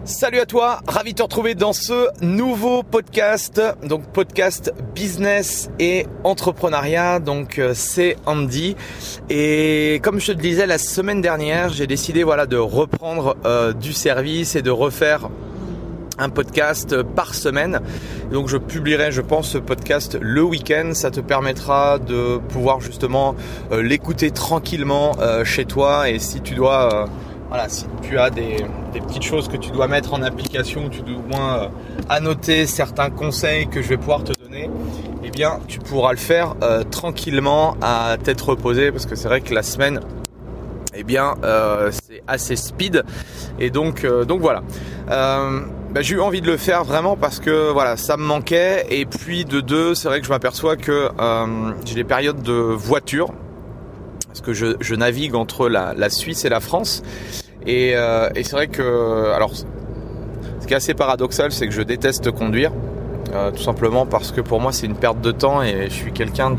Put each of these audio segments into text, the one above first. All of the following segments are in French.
Salut à toi, ravi de te retrouver dans ce nouveau podcast, donc podcast business et entrepreneuriat, donc c'est Andy. Et comme je te le disais la semaine dernière, j'ai décidé de reprendre du service et de refaire un podcast par semaine. Donc je publierai, je pense, ce podcast le week-end. Ça te permettra de pouvoir justement l'écouter tranquillement chez toi. Et si tu dois si tu as des petites choses que tu dois mettre en application, tu dois annoter certains conseils que je vais pouvoir te donner, eh bien tu pourras le faire tranquillement à tête reposée, parce que c'est vrai que la semaine c'est assez speed, et donc voilà. J'ai eu envie de le faire vraiment parce que ça me manquait, et puis de deux, c'est vrai que je m'aperçois que j'ai des périodes de voiture, parce que je navigue entre la Suisse et la France, et c'est vrai que, alors, ce qui est assez paradoxal, c'est que je déteste conduire, tout simplement parce que pour moi c'est une perte de temps, et je suis quelqu'un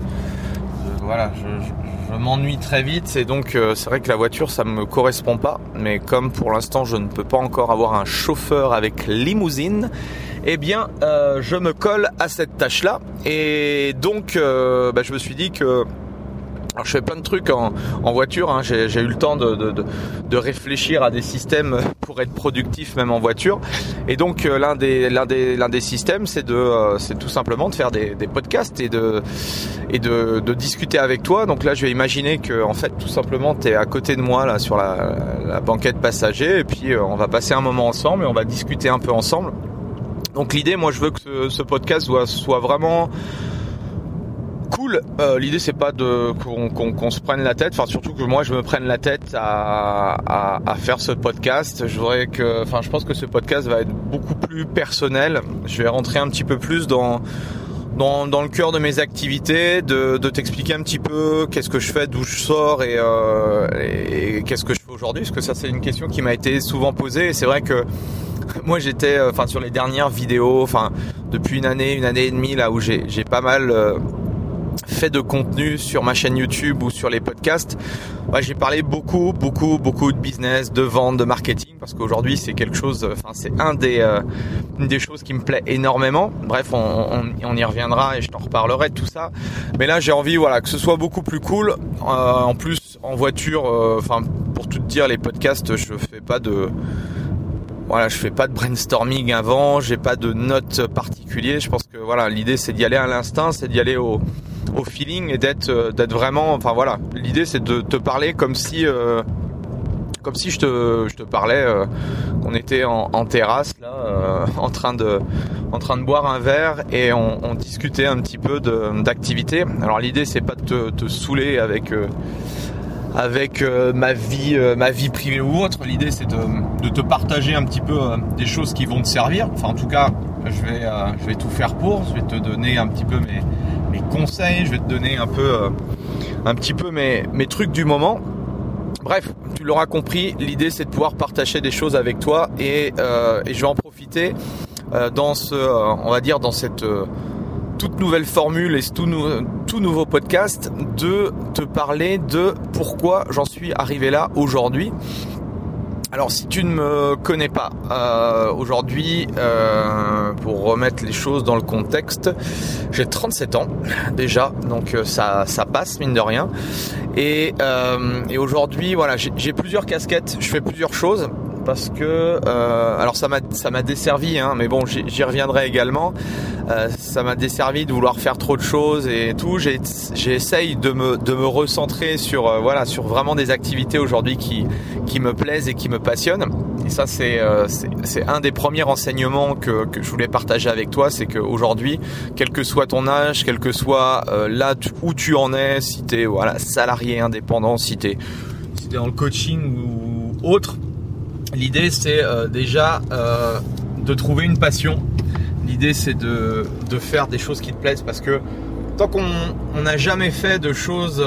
je m'ennuie très vite, et donc c'est vrai que la voiture ça me correspond pas. Mais comme pour l'instant je ne peux pas encore avoir un chauffeur avec limousine, eh bien je me colle à cette tâche là, et donc je me suis dit que, alors je fais plein de trucs en voiture, hein. J'ai eu le temps de réfléchir à des systèmes pour être productif même en voiture, et donc l'un des systèmes c'est tout simplement de faire des podcasts et de discuter avec toi. Donc là je vais imaginer que en fait tout simplement tu es à côté de moi là sur la banquette passager, et puis on va passer un moment ensemble et on va discuter un peu ensemble. Donc l'idée, moi je veux que ce podcast soit vraiment cool. L'idée c'est pas qu'on se prenne la tête, enfin surtout que moi je me prenne la tête à faire ce podcast. Je pense que ce podcast va être beaucoup plus personnel. Je vais rentrer un petit peu plus dans le cœur de mes activités, de t'expliquer un petit peu qu'est-ce que je fais, d'où je sors, et qu'est-ce que je fais aujourd'hui, parce que ça c'est une question qui m'a été souvent posée. Et c'est vrai que moi j'étais sur les dernières vidéos, depuis une année et demie là, où j'ai pas mal fait de contenu sur ma chaîne YouTube ou sur les podcasts, j'ai parlé beaucoup de business, de vente, de marketing, parce qu'aujourd'hui c'est quelque chose, c'est une des choses qui me plaît énormément. Bref, on y reviendra et je t'en reparlerai de tout ça. Mais là j'ai envie que ce soit beaucoup plus cool. En plus en voiture, pour tout te dire, les podcasts, je fais pas de brainstorming avant, j'ai pas de notes particuliers. Je pense que l'idée c'est d'y aller à l'instinct, c'est d'y aller au feeling, et d'être vraiment, l'idée c'est de te parler comme si je te parlais, qu'on était en terrasse là, en train de boire un verre, et on discutait un petit peu d'activité. Alors l'idée c'est pas de te saouler avec ma vie privée ou autre. L'idée c'est de te partager un petit peu des choses qui vont te servir. En tout cas, je vais tout faire pour. Je vais te donner un petit peu mes conseils. Je vais te donner un petit peu mes trucs du moment. Bref, tu l'auras compris. L'idée c'est de pouvoir partager des choses avec toi, et je vais en profiter dans cette toute nouvelle formule et tout nouveau podcast, de te parler de pourquoi j'en suis arrivé là aujourd'hui. Alors si tu ne me connais pas, aujourd'hui, pour remettre les choses dans le contexte, j'ai 37 ans déjà, donc ça passe mine de rien, et aujourd'hui j'ai plusieurs casquettes, je fais plusieurs choses. Parce que alors ça m'a desservi, hein, mais bon, j'y reviendrai également. Ça m'a desservi de vouloir faire trop de choses et tout. J'essaye de me recentrer sur vraiment des activités aujourd'hui qui me plaisent et qui me passionnent. Et ça c'est un des premiers renseignements que je voulais partager avec toi, c'est qu'aujourd'hui, quel que soit ton âge, quel que soit là où tu en es, si t'es salarié indépendant, si t'es dans le coaching ou autre. L'idée c'est déjà de trouver une passion. L'idée c'est de faire des choses qui te plaisent, parce que tant qu'on n'a jamais fait de choses,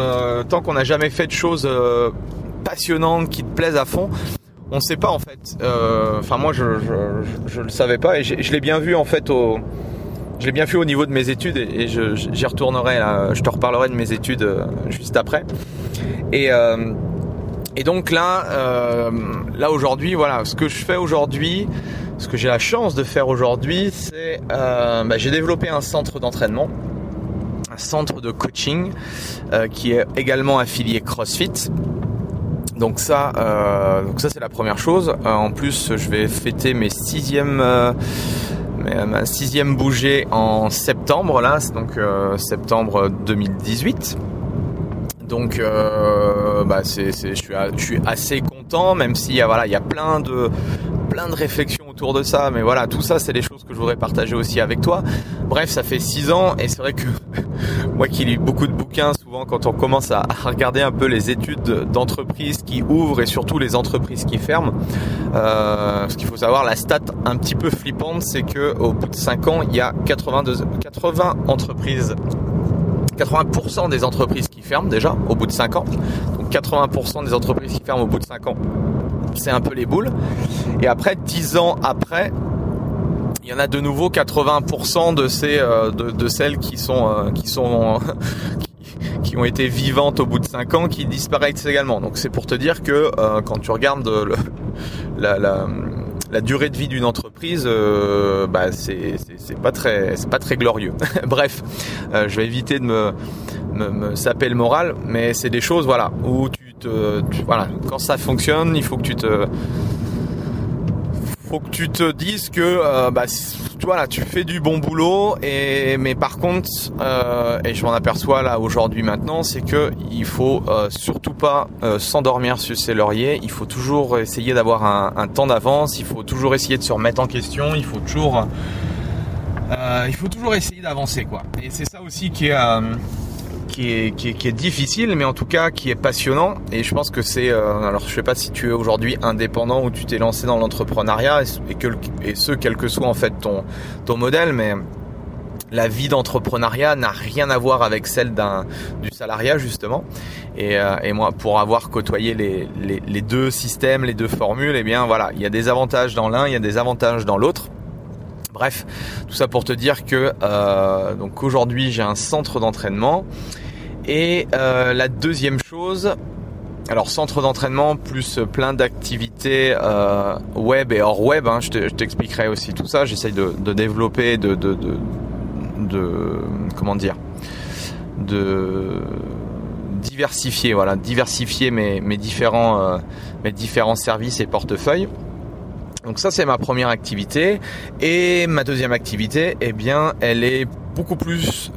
passionnantes qui te plaisent à fond, on ne sait pas en fait. Moi je le savais pas, et je l'ai bien vu en fait je l'ai bien fait au niveau de mes études, et j'y retournerai là, je te reparlerai de mes études juste après. Et donc là, là aujourd'hui, voilà, ce que je fais aujourd'hui, ce que j'ai la chance de faire aujourd'hui, c'est j'ai développé un centre d'entraînement, un centre de coaching qui est également affilié CrossFit. Donc ça c'est la première chose. En plus, je vais fêter ma sixième bougie en septembre là, donc septembre 2018. Donc je suis assez content, même s'il y a plein de réflexions autour de ça, mais voilà, tout ça c'est des choses que je voudrais partager aussi avec toi. Bref, ça fait 6 ans et c'est vrai que moi qui lis beaucoup de bouquins, souvent quand on commence à regarder un peu les études d'entreprises qui ouvrent et surtout les entreprises qui ferment, ce qu'il faut savoir, la stat un petit peu flippante, c'est que au bout de 5 ans, il y a 80% des entreprises qui ferment déjà au bout de 5 ans. Donc 80% des entreprises qui ferment au bout de 5 ans, c'est un peu les boules. Et après, 10 ans après, il y en a de nouveau 80% de celles qui ont été vivantes au bout de 5 ans qui disparaissent également. Donc c'est pour te dire que quand tu regardes la durée de vie d'une entreprise, c'est pas très glorieux. Bref, je vais éviter de me saper le moral, mais c'est des choses, voilà, où quand ça fonctionne, il faut que tu te dises que tu fais du bon boulot, mais par contre, et je m'en aperçois là aujourd'hui maintenant, c'est que il faut surtout pas s'endormir sur ses lauriers. Il faut toujours essayer d'avoir un temps d'avance. Il faut toujours essayer de se remettre en question. Il faut toujours essayer d'avancer, quoi. Et c'est ça aussi qui est difficile, mais en tout cas qui est passionnant. Et je pense que c'est alors je sais pas si tu es aujourd'hui indépendant ou tu t'es lancé dans l'entrepreneuriat et ce quel que soit en fait ton modèle, mais la vie d'entrepreneuriat n'a rien à voir avec celle du salariat justement. Et moi, pour avoir côtoyé les deux systèmes, les deux formules, eh bien voilà, il y a des avantages dans l'un, il y a des avantages dans l'autre. Bref, tout ça pour te dire que donc aujourd'hui j'ai un centre d'entraînement. Et la deuxième chose, alors centre d'entraînement plus plein d'activités web et hors web, je t'expliquerai aussi tout ça. J'essaye de développer, de diversifier mes différents services et portefeuilles. Donc ça c'est ma première activité, et ma deuxième activité, eh bien elle est beaucoup plus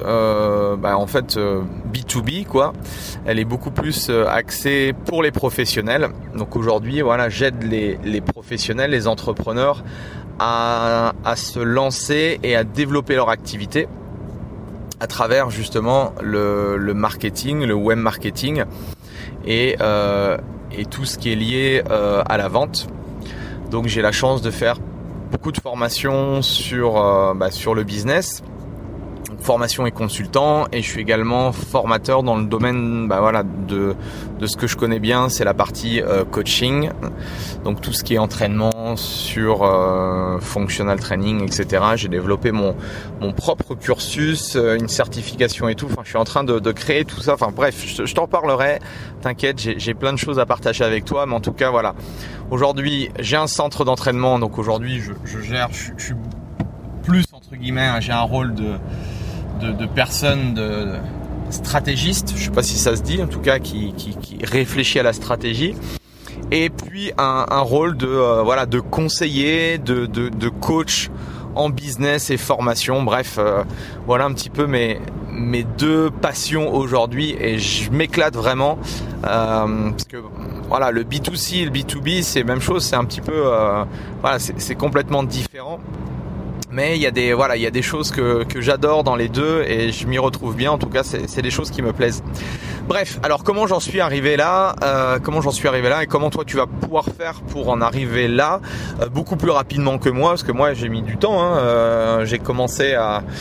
B2B quoi. Elle est beaucoup plus axée pour les professionnels. Donc aujourd'hui voilà, j'aide les professionnels, les entrepreneurs à se lancer et à développer leur activité à travers justement le marketing, le web marketing et tout ce qui est lié à la vente. Donc j'ai la chance de faire beaucoup de formations sur le business, donc formation et consultant, et je suis également formateur dans le domaine de ce que je connais bien, c'est la partie coaching, donc tout ce qui est entraînement sur functional training, etc. J'ai développé mon propre cursus, une certification et tout. Enfin, je suis en train de créer tout ça. Enfin bref, je t'en parlerai. T'inquiète, j'ai plein de choses à partager avec toi, mais en tout cas voilà. Aujourd'hui, j'ai un centre d'entraînement, donc aujourd'hui je gère, je suis plus entre guillemets, j'ai un rôle de personne, de stratégiste, je sais pas si ça se dit, en tout cas qui réfléchit à la stratégie, et puis un rôle de conseiller, de coach en business et formation. Bref, voilà un petit peu mes deux passions aujourd'hui, et je m'éclate vraiment parce que voilà, le B2C et le B2B c'est la même chose, c'est un petit peu c'est complètement différent. Mais il y a des choses que j'adore dans les deux, et je m'y retrouve bien. En tout cas, c'est des choses qui me plaisent. Bref, alors comment j'en suis arrivé là et comment toi tu vas pouvoir faire pour en arriver là beaucoup plus rapidement que moi, parce que moi j'ai mis du temps. J'ai commencé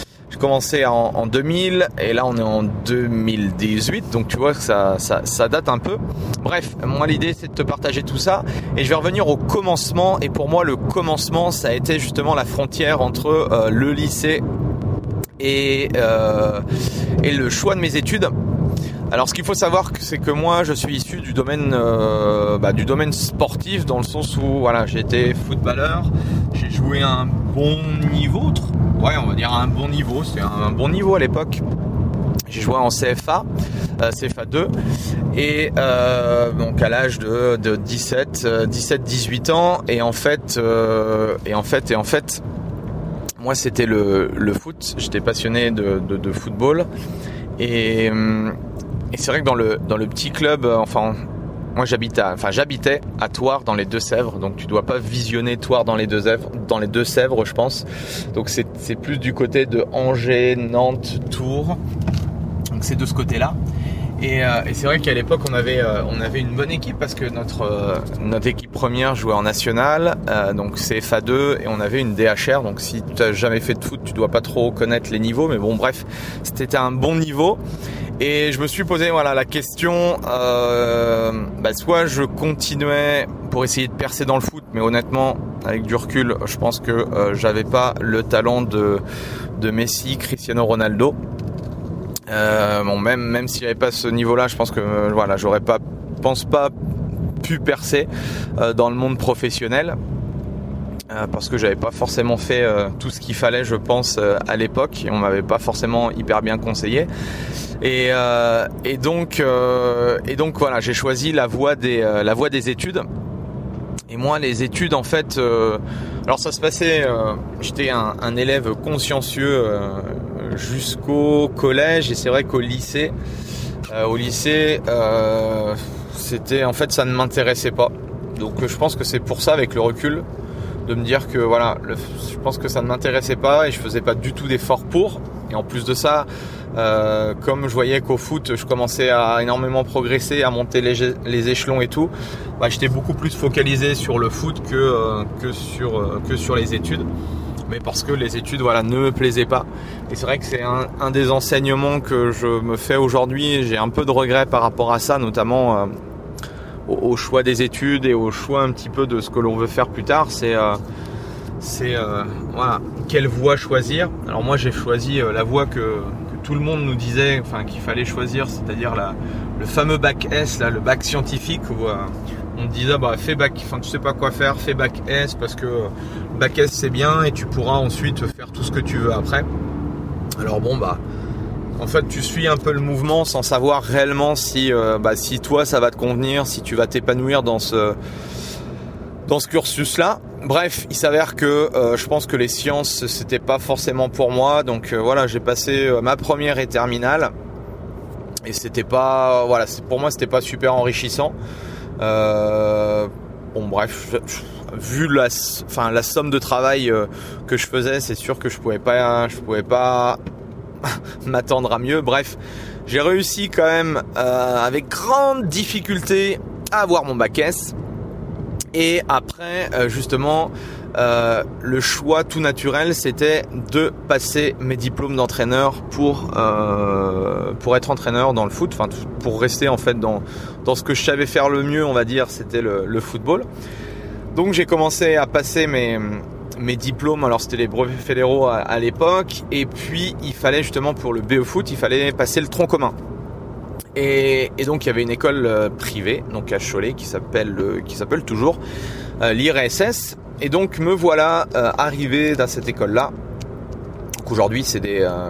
en 2000 et là on est en 2018, donc tu vois que ça date un peu. Bref, moi l'idée c'est de te partager tout ça, et je vais revenir au commencement. Et pour moi le commencement, ça a été justement la frontière entre le lycée et le choix de mes études. Alors ce qu'il faut savoir, c'est que moi je suis issu du domaine sportif, dans le sens où voilà, j'ai été footballeur, j'ai joué à un bon niveau, on va dire un bon niveau, c'était un bon niveau à l'époque. J'ai joué en CFA, CFA 2, et donc à l'âge de 17-18 ans, et en fait, moi c'était le foot. J'étais passionné de football, et c'est vrai que dans le petit club, moi j'habitais à Thouars dans les Deux-Sèvres, donc tu dois pas visionner Thouars dans les Deux-Sèvres, je pense. Donc c'est plus du côté de Angers, Nantes, Tours. Donc c'est de ce côté-là. Et c'est vrai qu'à l'époque on avait une bonne équipe, parce que notre équipe première jouait en national, donc CFA 2, et on avait une DHR. Donc si tu n'as jamais fait de foot, tu dois pas trop connaître les niveaux, mais bon bref, c'était un bon niveau. Et je me suis posé la question, soit je continuais pour essayer de percer dans le foot, mais honnêtement avec du recul, je pense que j'avais pas le talent de Messi, Cristiano Ronaldo. Même s'il n'y avait pas ce niveau-là, je pense que j'aurais pas pu percer dans le monde professionnel, parce que j'avais pas forcément fait tout ce qu'il fallait, je pense, à l'époque, et on m'avait pas forcément hyper bien conseillé. Et donc voilà, j'ai choisi la voie des études. Et moi, les études, en fait, alors ça se passait, j'étais un élève consciencieux jusqu'au collège, et c'est vrai qu'au lycée, c'était, en fait, ça ne m'intéressait pas. Donc je pense que c'est pour ça, avec le recul, de me dire que je pense que ça ne m'intéressait pas, et je faisais pas du tout d'efforts pour. Et en plus de ça, comme je voyais qu'au foot, je commençais à énormément progresser, à monter les échelons et tout, j'étais beaucoup plus focalisé sur le foot que sur les études. Mais parce que les études ne me plaisaient pas. Et c'est vrai que c'est un des enseignements que je me fais aujourd'hui. J'ai un peu de regret par rapport à ça, notamment au choix des études et au choix un petit peu de ce que l'on veut faire plus tard. C'est quelle voie choisir. Alors moi j'ai choisi la voie que tout le monde nous disait qu'il fallait choisir, c'est-à-dire le fameux bac S, le bac scientifique, où on te disait fais bac, tu sais pas quoi faire, fais bac S, parce que bac S c'est bien et tu pourras ensuite faire tout ce que tu veux après. Alors en fait tu suis un peu le mouvement sans savoir réellement si toi ça va te convenir, si tu vas t'épanouir dans ce cursus-là. Bref, il s'avère que je pense que les sciences c'était pas forcément pour moi, donc j'ai passé ma première et terminale, et c'était pas pour moi c'était pas super enrichissant. Vu la somme de travail que je faisais, c'est sûr que je pouvais pas m'attendre à mieux. Bref, j'ai réussi quand même avec grande difficulté à avoir mon bac S. Et après, justement, le choix tout naturel, c'était de passer mes diplômes d'entraîneur pour être entraîneur dans le foot, pour rester en fait dans ce que je savais faire le mieux, on va dire, c'était le football. Donc j'ai commencé à passer mes diplômes. Alors c'était les brevets fédéraux à l'époque, et puis il fallait justement, pour le BE Foot, il fallait passer le tronc commun. Et donc il y avait une école privée, donc à Cholet, qui s'appelle toujours l'IRSS. Et donc me voilà arrivé dans cette école-là. Donc aujourd'hui c'est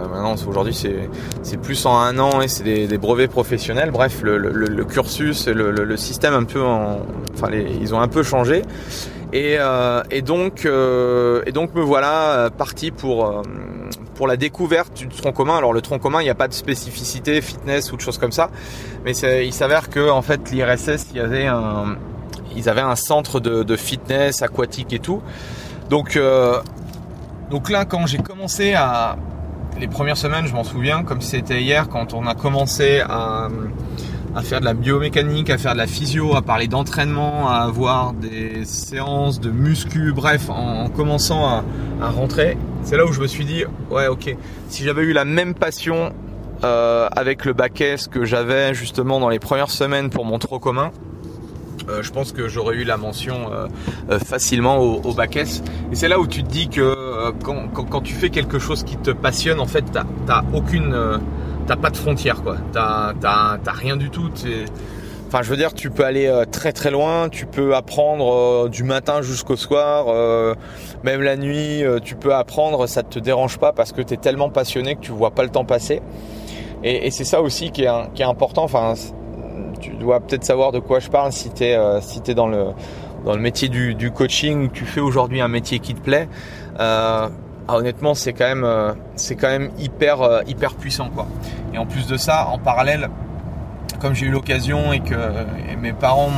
plus en un an, et c'est des brevets professionnels. Bref, le cursus, le système un peu ils ont un peu changé. Et donc me voilà parti pour la découverte du tronc commun. Alors le tronc commun, il n'y a pas de spécificité fitness ou de choses comme ça, mais il s'avère que en fait l'IRSS, ils avaient un centre de fitness aquatique et tout. Donc là, quand j'ai commencé les premières semaines, je m'en souviens comme si c'était hier, quand on a commencé à faire de la biomécanique, à faire de la physio, à parler d'entraînement, à avoir des séances de muscu, bref, en commençant à rentrer, c'est là où je me suis dit, ouais, ok, si j'avais eu la même passion avec le bac S que j'avais justement dans les premières semaines pour mon tronc commun, je pense que j'aurais eu la mention facilement au bac S. Et c'est là où tu te dis que quand tu fais quelque chose qui te passionne, en fait, t'as t'as pas de frontières, quoi. T'as rien du tout. Enfin, je veux dire, tu peux aller très très loin, tu peux apprendre du matin jusqu'au soir, même la nuit, tu peux apprendre, ça te dérange pas parce que tu es tellement passionné que tu vois pas le temps passer. Et c'est ça aussi qui est important. Enfin, tu dois peut-être savoir de quoi je parle si t'es dans le métier du coaching, tu fais aujourd'hui un métier qui te plaît. Honnêtement, c'est quand même hyper puissant, quoi. Et en plus de ça, en parallèle, comme j'ai eu l'occasion et que mes parents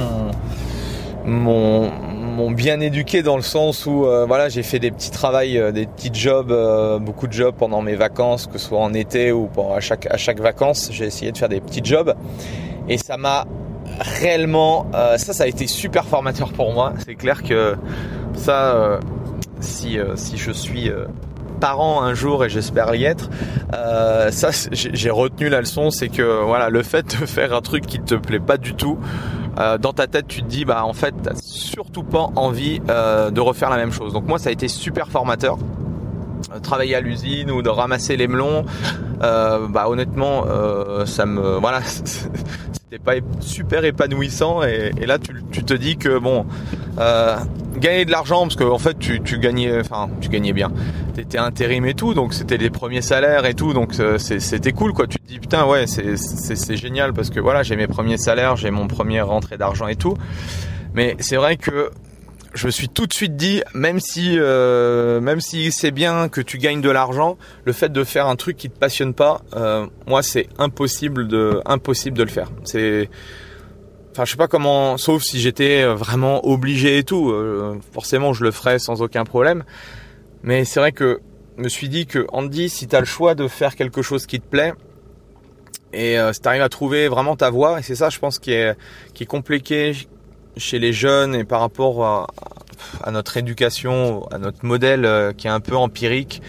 m'ont bien éduqué dans le sens où voilà, j'ai fait des petits travails, des petits jobs, beaucoup de jobs pendant mes vacances, que ce soit en été ou à chaque vacances, j'ai essayé de faire des petits jobs et ça m'a réellement ça a été super formateur pour moi. C'est clair que ça si je suis parent un jour, et j'espère y être, ça j'ai retenu la leçon, c'est que voilà, le fait de faire un truc qui te plaît pas du tout, dans ta tête tu te dis bah en fait t'as surtout pas envie de refaire la même chose. Donc moi ça a été super formateur, travailler à l'usine ou de ramasser les melons, bah honnêtement ça me voilà c'était pas super épanouissant et là tu te dis que bon gagner de l'argent, parce que en fait tu gagnais bien, t'étais intérim et tout, donc c'était les premiers salaires et tout, donc c'était cool, quoi. Tu te dis putain ouais c'est génial parce que voilà, j'ai mes premiers salaires, j'ai mon premier rentrée d'argent et tout, mais c'est vrai que je me suis tout de suite dit, même si c'est bien que tu gagnes de l'argent, le fait de faire un truc qui te passionne pas, moi c'est impossible de le faire. Enfin, je sais pas comment, sauf si j'étais vraiment obligé et tout, forcément je le ferais sans aucun problème. Mais c'est vrai que je me suis dit que Andy, si t'as le choix de faire quelque chose qui te plaît, et si t'arrives à trouver vraiment ta voie, et c'est ça je pense qui est compliqué chez les jeunes et par rapport à notre éducation, à notre modèle qui est un peu empirique,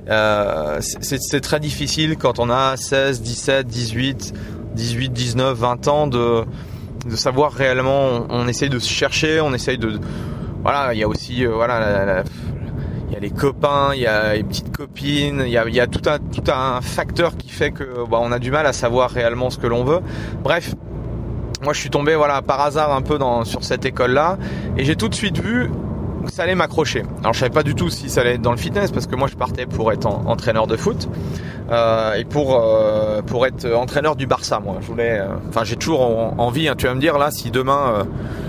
c'est très difficile quand on a 16, 17, 18, 19, 20 ans de savoir réellement. On essaye de se chercher, on essaye de voilà, il y a aussi voilà il y a les copains, il y a les petites copines, il y a tout un facteur qui fait que bah, on a du mal à savoir réellement ce que l'on veut. Bref, moi je suis tombé voilà par hasard un peu sur cette école là et j'ai tout de suite vu que ça allait m'accrocher. Alors je savais pas du tout si ça allait être dans le fitness parce que moi je partais pour être entraîneur de foot et pour être entraîneur du Barça. Moi je voulais, j'ai toujours envie, hein, tu vas me dire là si demain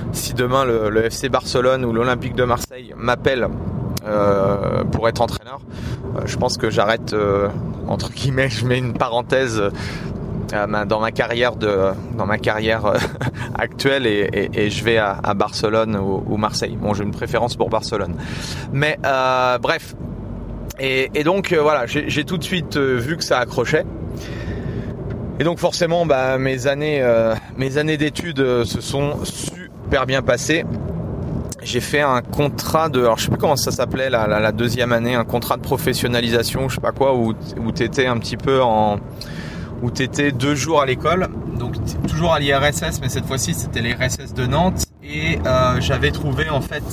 le FC Barcelone ou l'Olympique de Marseille m'appelle pour être entraîneur, je pense que j'arrête entre guillemets, je mets une parenthèse dans ma carrière actuelle et je vais à Barcelone ou Marseille. Bon, j'ai une préférence pour Barcelone, mais bref. Et donc voilà, j'ai tout de suite vu que ça accrochait. Et donc forcément, bah mes années d'études se sont super bien passées. J'ai fait un contrat alors je sais plus comment ça s'appelait la deuxième année, un contrat de professionnalisation, je sais pas quoi, où t'étais un petit peu où t'étais 2 jours à l'école, donc toujours à l'IRSS, mais cette fois-ci c'était l'IRSS de Nantes, et j'avais trouvé en fait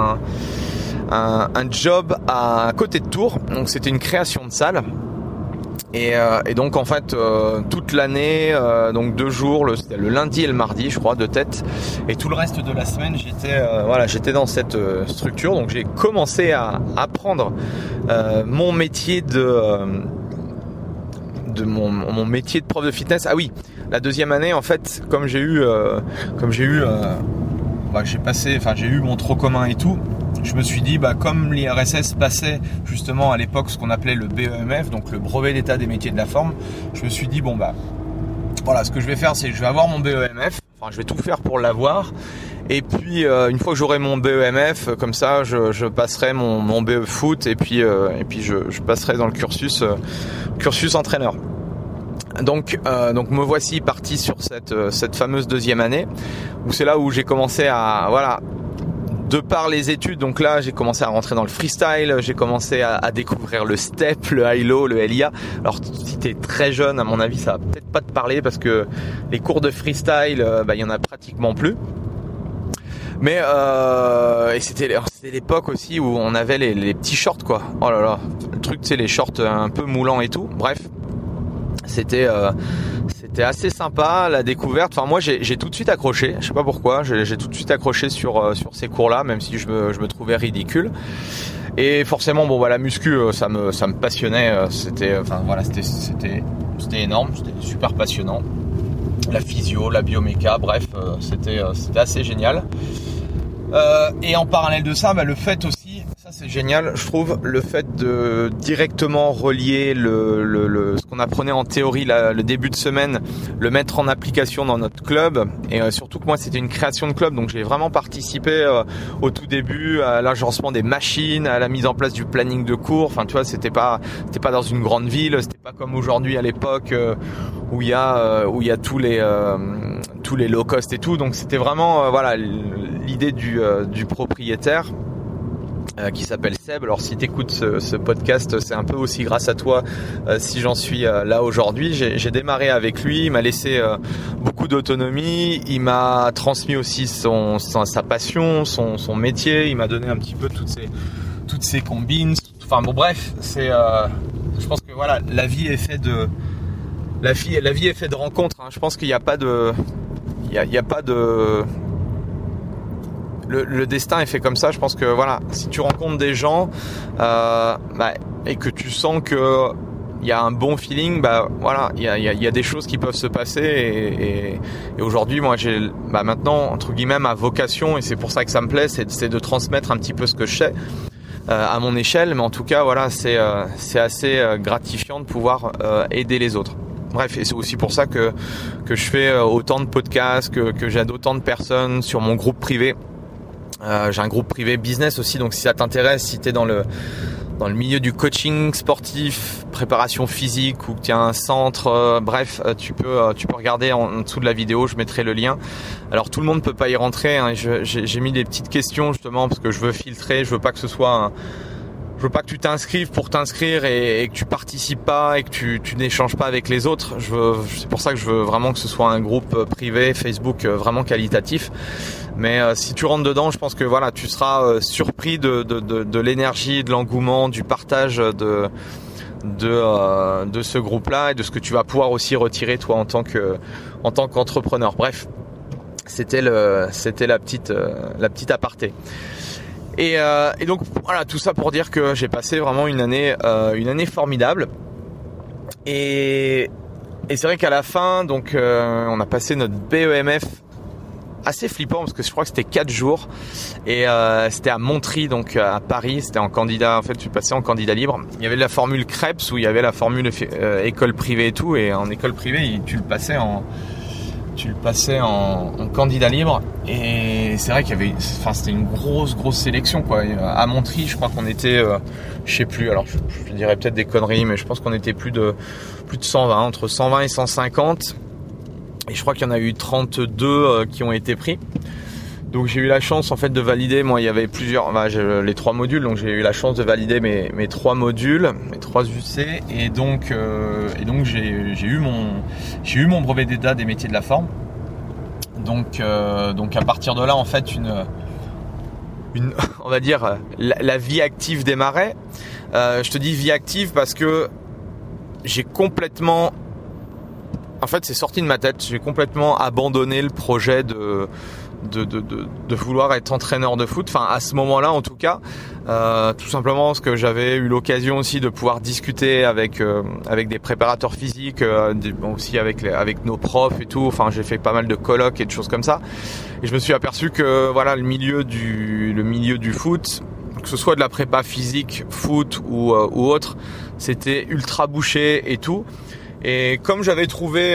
un job à côté de Tours, donc c'était une création de salle, et donc en fait toute l'année, donc 2 jours, c'était le lundi et le mardi je crois de tête, et tout le reste de la semaine j'étais dans cette structure, donc j'ai commencé à apprendre mon métier de mon métier de prof de fitness. Ah oui, la deuxième année en fait, j'ai eu mon trop commun et tout, je me suis dit comme l'IRSS passait justement à l'époque ce qu'on appelait le BEMF, donc le brevet d'état des métiers de la forme, je me suis dit voilà, ce que je vais faire, c'est que je vais avoir mon BEMF, je vais tout faire pour l'avoir, et puis une fois que j'aurai mon BEMF, comme ça je passerai mon BE foot, et puis je passerai dans le cursus entraîneur. Donc me voici parti sur cette fameuse deuxième année, où c'est là où j'ai commencé à de par les études, donc là j'ai commencé à rentrer dans le freestyle, j'ai commencé à découvrir le step, le high low, le LIA. Alors si t'es très jeune, à mon avis ça va peut-être pas te parler parce que les cours de freestyle, il y en a pratiquement plus. Mais et c'était l'époque aussi où on avait les petits shorts, quoi. Oh là là, le truc, les shorts un peu moulants et tout. Bref. C'était assez sympa la découverte. Enfin moi j'ai tout de suite accroché. Je sais pas pourquoi. J'ai tout de suite accroché sur ces cours-là, même si je me trouvais ridicule. Et forcément la muscu ça me passionnait. C'était énorme. C'était super passionnant. La physio, la bioméca, bref, c'était assez génial. Et en parallèle de ça, le fait aussi, ça c'est génial, je trouve, le fait de directement relier ce qu'on apprenait en théorie le début de semaine, le mettre en application dans notre club. Et surtout que moi c'était une création de club, donc j'ai vraiment participé au tout début à l'agencement des machines, à la mise en place du planning de cours. Enfin tu vois, c'était pas dans une grande ville, c'était pas comme aujourd'hui à l'époque où il y a tous les low cost et tout. Donc c'était vraiment l'idée du propriétaire qui s'appelle Seb. Alors si t'écoutes ce podcast, c'est un peu aussi grâce à toi si j'en suis là aujourd'hui. J'ai démarré avec lui, il m'a laissé beaucoup d'autonomie, il m'a transmis aussi sa passion, son métier, il m'a donné un petit peu toutes ces combines. Enfin bon bref, je pense que la vie est faite de rencontres. Je pense qu'il n'y a pas de le destin est fait comme ça. Je pense que si tu rencontres des gens et que tu sens que il y a un bon feeling, il y a des choses qui peuvent se passer et aujourd'hui moi j'ai maintenant entre guillemets ma vocation, et c'est pour ça que ça me plaît, c'est de transmettre un petit peu ce que je sais à mon échelle, mais en tout cas c'est assez gratifiant de pouvoir aider les autres. Bref, et c'est aussi pour ça que je fais autant de podcasts, que j'aide autant de personnes sur mon groupe privé. J'ai un groupe privé business aussi, donc si ça t'intéresse, si t'es dans le milieu du coaching sportif, préparation physique, ou que tu as un centre, tu peux regarder en dessous de la vidéo, je mettrai le lien. Alors tout le monde peut pas y rentrer, j'ai mis des petites questions justement parce que je veux filtrer, je veux pas que tu t'inscrives pour t'inscrire et que tu participes pas et que tu n'échanges pas avec les autres. C'est pour ça que je veux vraiment que ce soit un groupe privé Facebook vraiment qualitatif. Mais si tu rentres dedans, je pense que tu seras surpris de l'énergie, de l'engouement, du partage de ce groupe-là et de ce que tu vas pouvoir aussi retirer toi en tant qu'entrepreneur. Bref, c'était la petite aparté. Et donc tout ça pour dire que j'ai passé vraiment une année formidable. Et c'est vrai qu'à la fin, donc on a passé notre BEMF assez flippant parce que je crois que c'était 4 jours et c'était à Montry, donc à Paris. C'était en candidat, en fait tu passais en candidat libre. Il y avait la formule Krebs où il y avait la formule école privée et tout, et en école privée tu le passais en candidat libre, et c'est vrai c'était une grosse sélection quoi. À Montry, je crois qu'on était je sais plus, alors je dirais peut-être des conneries, mais je pense qu'on était plus de 120, entre 120 et 150, et je crois qu'il y en a eu 32 qui ont été pris. Donc j'ai eu la chance en fait de valider, moi il y avait les 3 modules, donc j'ai eu la chance de valider mes 3 modules, mes 3 UC, et donc j'ai eu mon brevet d'état des métiers de la forme. Donc à partir de là en fait on va dire la vie active démarrait. Je te dis vie active parce que j'ai complètement, en fait c'est sorti de ma tête, j'ai complètement abandonné le projet de vouloir être entraîneur de foot, enfin à ce moment-là en tout cas, tout simplement parce que j'avais eu l'occasion aussi de pouvoir discuter avec des préparateurs physiques, aussi avec nos profs et tout. Enfin j'ai fait pas mal de colloques et de choses comme ça, et je me suis aperçu que le milieu du foot, que ce soit de la prépa physique, foot ou autre, c'était ultra bouché et tout. Et comme j'avais trouvé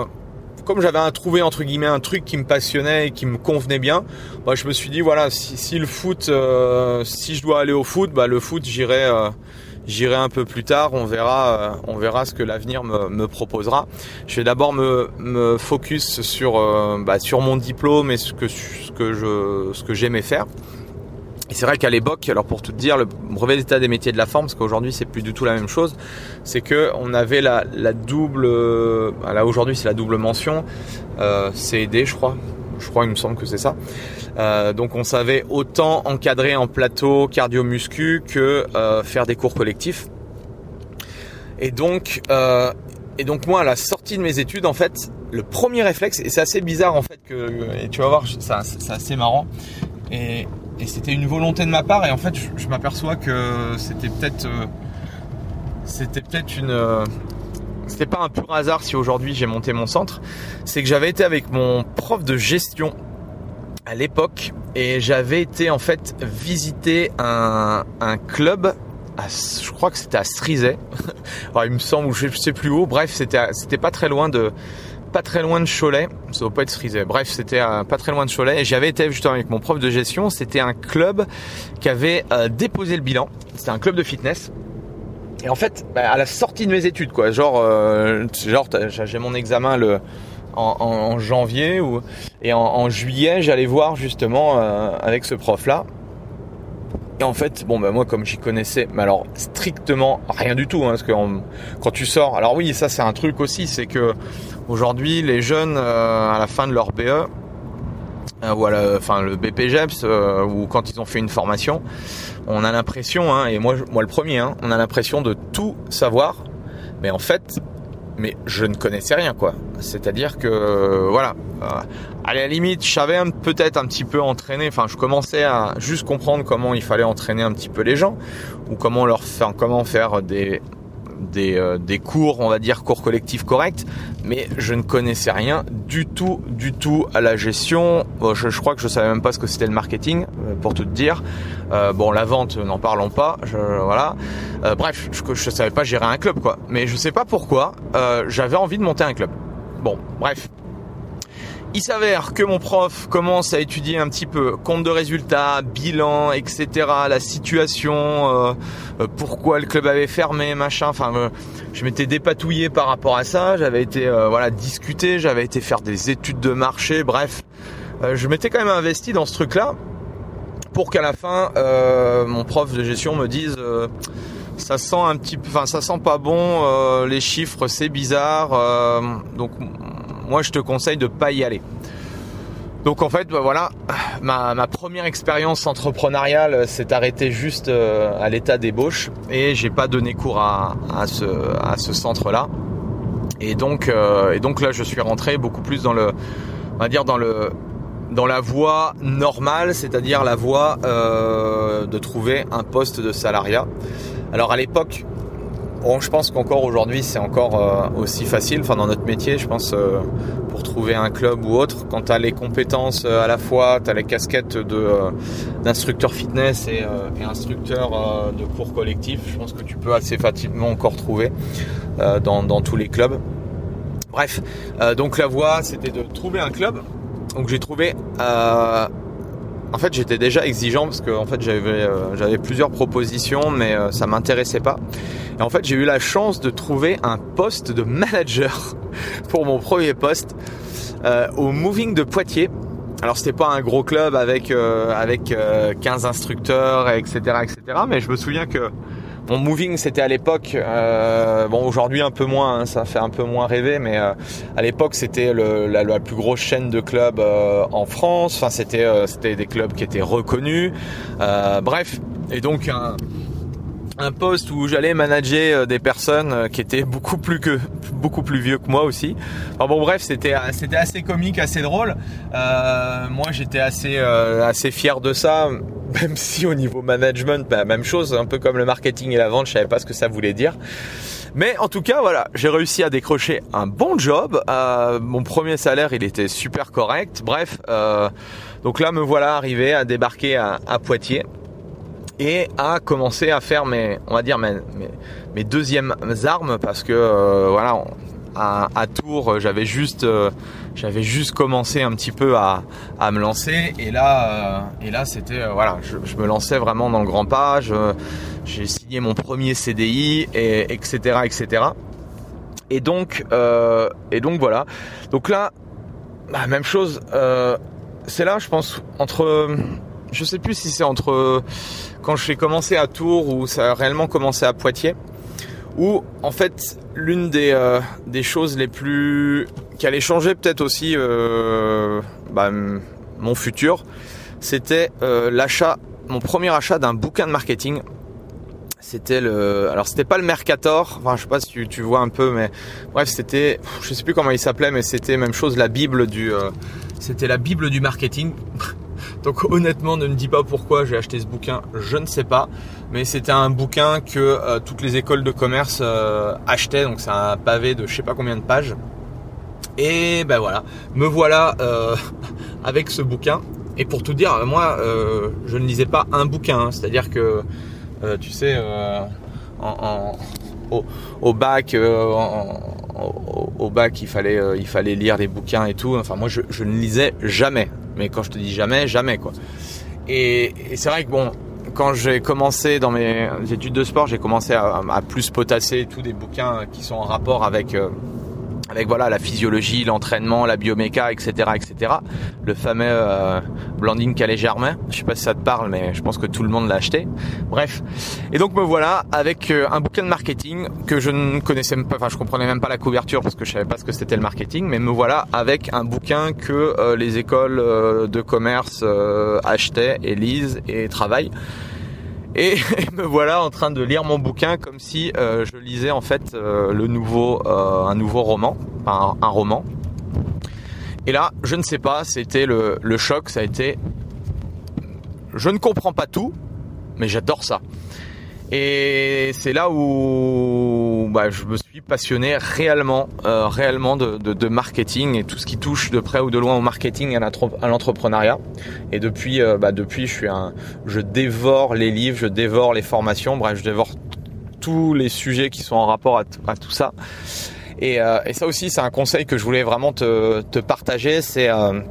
entre guillemets un truc qui me passionnait et qui me convenait bien, je me suis dit si le foot, si je dois aller au foot, le foot j'irai un peu plus tard, on verra ce que l'avenir me proposera. Je vais d'abord me focus sur mon diplôme et ce que j'aimais faire. Et c'est vrai qu'à l'époque, alors pour tout te dire, le brevet d'état des métiers de la forme, parce qu'aujourd'hui c'est plus du tout la même chose, c'est que on avait la double, là aujourd'hui c'est la double mention, CED je crois il me semble que c'est ça. Donc on savait autant encadrer en plateau cardio-muscu que faire des cours collectifs. Et donc Et donc moi, à la sortie de mes études, en fait, le premier réflexe, et c'est assez bizarre en fait, et tu vas voir, c'est assez marrant, et c'était une volonté de ma part, et en fait, je m'aperçois que c'était peut-être c'était pas un pur hasard si aujourd'hui j'ai monté mon centre, c'est que j'avais été avec mon prof de gestion à l'époque, et j'avais été en fait visiter un club. Je crois que c'était à Cerizay. Alors, il me semble, ou je sais plus où. Bref, c'était pas très loin de Cholet. Ça doit pas être Cerizay. Bref, c'était pas très loin de Cholet. Et j'avais été justement avec mon prof de gestion. C'était un club qui avait déposé le bilan. C'était un club de fitness. Et en fait, à la sortie de mes études, quoi. Genre, j'ai mon examen en janvier et en juillet, j'allais voir justement avec ce prof-là. Et en fait, moi comme j'y connaissais, mais alors strictement rien du tout, hein, parce que quand tu sors, alors oui, ça c'est un truc aussi, c'est que aujourd'hui les jeunes à la fin de leur BE ou le BPGEPS ou quand ils ont fait une formation, on a l'impression, hein, et moi le premier, hein, on a l'impression de tout savoir, mais en fait, je ne connaissais rien, quoi. C'est-à-dire que à la limite, je savais peut-être un petit peu entraîner. Enfin, je commençais à juste comprendre comment il fallait entraîner un petit peu les gens, ou comment faire des cours, on va dire cours collectifs corrects. Mais je ne connaissais rien du tout à la gestion. Je crois que je savais même pas ce que c'était le marketing, pour tout te dire. La vente, n'en parlons pas. Bref, je savais pas gérer un club, quoi. Mais je sais pas pourquoi, j'avais envie de monter un club. Bon, bref. Il s'avère que mon prof commence à étudier un petit peu compte de résultats, bilan, etc., la situation, pourquoi le club avait fermé, machin. Enfin, je m'étais dépatouillé par rapport à ça. J'avais été discuter, j'avais été faire des études de marché. Bref, je m'étais quand même investi dans ce truc-là pour qu'à la fin, mon prof de gestion me dise ça sent pas bon, les chiffres c'est bizarre, donc moi je te conseille de pas y aller. Donc en fait ma première expérience entrepreneuriale s'est arrêtée juste à l'état d'ébauche, et j'ai pas donné cours à ce centre là, et donc là je suis rentré beaucoup plus dans la voie normale, c'est-à-dire la voie de trouver un poste de salariat. Alors à l'époque, je pense qu'encore aujourd'hui c'est encore aussi facile, dans notre métier, je pense, pour trouver un club ou autre, quand tu as les compétences à la fois, tu as les casquettes d'instructeur fitness et instructeur de cours collectifs, je pense que tu peux assez facilement encore trouver dans tous les clubs. Bref, donc la voie c'était de trouver un club. Donc j'ai trouvé, en fait j'étais déjà exigeant parce que en fait j'avais plusieurs propositions, mais ça m'intéressait pas. Et en fait j'ai eu la chance de trouver un poste de manager pour mon premier poste au Moving de Poitiers. Alors c'était pas un gros club avec 15 instructeurs, etc., mais je me souviens que mon Moving, c'était à l'époque, aujourd'hui un peu moins, hein, ça fait un peu moins rêver, mais à l'époque c'était la plus grosse chaîne de clubs en France. Enfin, c'était des clubs qui étaient reconnus. Bref, et donc un poste où j'allais manager des personnes qui étaient beaucoup plus vieux que moi aussi. Enfin bref, c'était assez comique, assez drôle. Moi j'étais assez fier de ça. Même si au niveau management, même chose, un peu comme le marketing et la vente, je savais pas ce que ça voulait dire. Mais en tout cas, j'ai réussi à décrocher un bon job. Mon premier salaire, il était super correct. Bref, donc là, me voilà arrivé à débarquer à Poitiers et à commencer à faire mes deuxièmes armes, parce que à Tours, j'avais juste commencé un petit peu à me lancer, et là c'était je me lançais vraiment dans le grand pas. J'ai signé mon premier CDI, et etc. Et donc voilà. Donc là, même chose. C'est là, je pense, je sais plus si c'est entre quand j'ai commencé à Tours ou ça a réellement commencé à Poitiers, où en fait l'une des choses qui allait changer peut-être aussi mon futur, c'était mon premier achat d'un bouquin de marketing. alors c'était pas le Mercator, enfin je sais pas si tu vois un peu, mais bref c'était, je sais plus comment il s'appelait, mais c'était même chose, c'était la Bible du marketing. Donc honnêtement, ne me dis pas pourquoi j'ai acheté ce bouquin, je ne sais pas, mais c'était un bouquin que toutes les écoles de commerce achetaient, donc c'est un pavé de je sais pas combien de pages. Et ben voilà, me voilà avec ce bouquin. Et pour tout dire, moi je ne lisais pas un bouquin, hein, c'est-à-dire que tu sais, au bac, au bac, il fallait lire des bouquins et tout. Enfin, moi, je ne lisais jamais. Mais quand je te dis jamais, jamais quoi. Et c'est vrai que bon, quand j'ai commencé dans mes études de sport, j'ai commencé à plus potasser tous des bouquins qui sont en rapport avec voilà la physiologie, l'entraînement, la bioméca, etc., etc. Le fameux Blandine Calais-Germain. Je sais pas si ça te parle, mais je pense que tout le monde l'a acheté. Bref. Et donc me voilà avec un bouquin de marketing que je ne connaissais même pas. Enfin, je comprenais même pas la couverture parce que je savais pas ce que c'était le marketing. Mais me voilà avec un bouquin que les écoles de commerce achetaient et lisent et travaillent. Et me voilà en train de lire mon bouquin comme si je lisais en fait un nouveau roman, enfin un roman. Et là, je ne sais pas, c'était le choc, ça a été, je ne comprends pas tout, mais j'adore ça. Et c'est là où je me suis passionné réellement de marketing et tout ce qui touche de près ou de loin au marketing et à l'entrepreneuriat. Et depuis, je dévore les livres, je dévore les formations, bref, je dévore tous les sujets qui sont en rapport à tout ça. Et ça aussi, c'est un conseil que je voulais vraiment te partager, c'est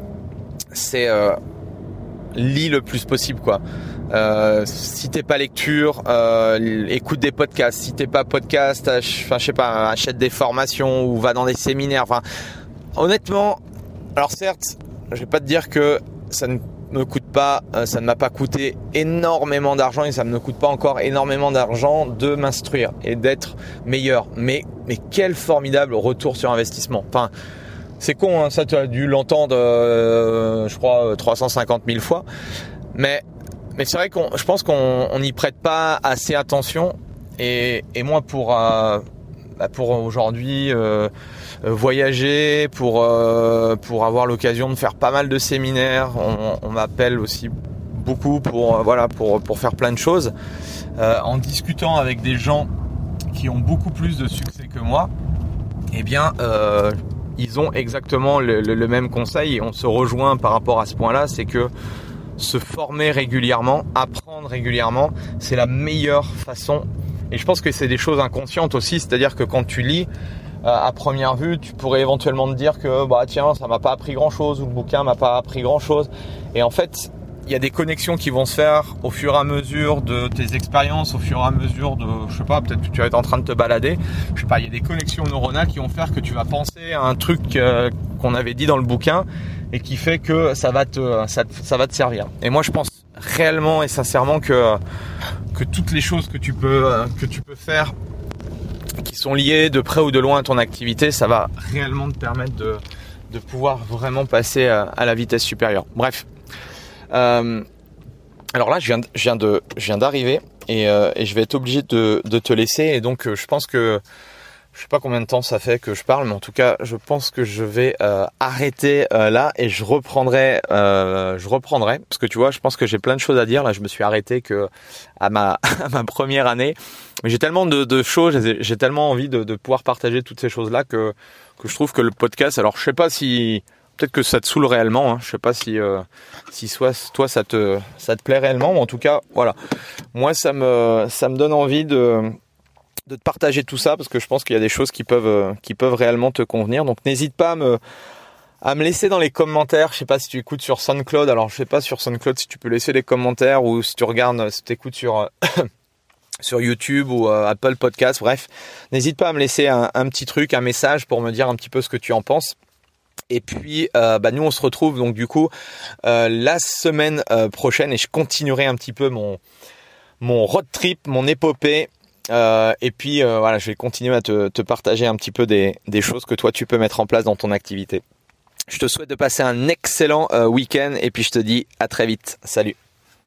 lis le plus possible quoi. Si t'es pas lecture, écoute des podcasts. Si t'es pas podcast, achète des formations ou va dans des séminaires. Enfin, honnêtement, alors certes, je vais pas te dire que ça ne me coûte pas, ça ne m'a pas coûté énormément d'argent et ça ne me coûte pas encore énormément d'argent de m'instruire et d'être meilleur. Mais quel formidable retour sur investissement. Enfin, c'est con, hein, ça tu as dû l'entendre, je crois 350 000 fois. Mais c'est vrai je pense qu'on n'y prête pas assez attention. Et moi pour aujourd'hui voyager, pour avoir l'occasion de faire pas mal de séminaires, on m'appelle aussi beaucoup pour faire plein de choses. En discutant avec des gens qui ont beaucoup plus de succès que moi, eh bien ils ont exactement le même conseil et on se rejoint par rapport à ce point-là, c'est que se former régulièrement, apprendre régulièrement, c'est la meilleure façon. Et je pense que c'est des choses inconscientes aussi, c'est-à-dire que quand tu lis, à première vue, tu pourrais éventuellement te dire que tiens, ça m'a pas appris grand-chose ou le bouquin m'a pas appris grand-chose. Et en fait, il y a des connexions qui vont se faire au fur et à mesure de tes expériences, au fur et à mesure de, je sais pas, peut-être que tu vas être en train de te balader, je sais pas, il y a des connexions neuronales qui vont faire que tu vas penser à un truc qu'on avait dit dans le bouquin et qui fait que ça va te servir. Et moi, je pense réellement et sincèrement que toutes les choses que tu peux faire qui sont liées de près ou de loin à ton activité, ça va réellement te permettre de pouvoir vraiment passer à la vitesse supérieure. Bref. Alors là, je viens d'arriver et je vais être obligé de te laisser. Et donc, je pense que je sais pas combien de temps ça fait que je parle, mais en tout cas, je pense que je vais arrêter là et je reprendrai parce que tu vois, je pense que j'ai plein de choses à dire. Là, je me suis arrêté que à ma première année, mais j'ai tellement de choses, j'ai tellement envie de pouvoir partager toutes ces choses-là que je trouve que le podcast. Alors, je sais pas si peut-être que ça te saoule réellement, hein. Je sais pas si soit toi ça te plaît réellement, mais en tout cas, voilà. Moi, ça me donne envie de te partager tout ça parce que je pense qu'il y a des choses qui peuvent réellement te convenir. Donc n'hésite pas à me laisser dans les commentaires. Je sais pas si tu écoutes sur SoundCloud. Alors je sais pas sur SoundCloud si tu peux laisser des commentaires ou si tu écoutes sur sur YouTube ou Apple Podcast. Bref, n'hésite pas à me laisser un petit truc, un message pour me dire un petit peu ce que tu en penses. Et puis nous on se retrouve donc du coup la semaine prochaine et je continuerai un petit peu mon road trip, mon épopée. Et puis voilà, je vais continuer à te partager un petit peu des choses que toi tu peux mettre en place dans ton activité. Je te souhaite de passer un excellent week-end et puis je te dis à très vite. Salut.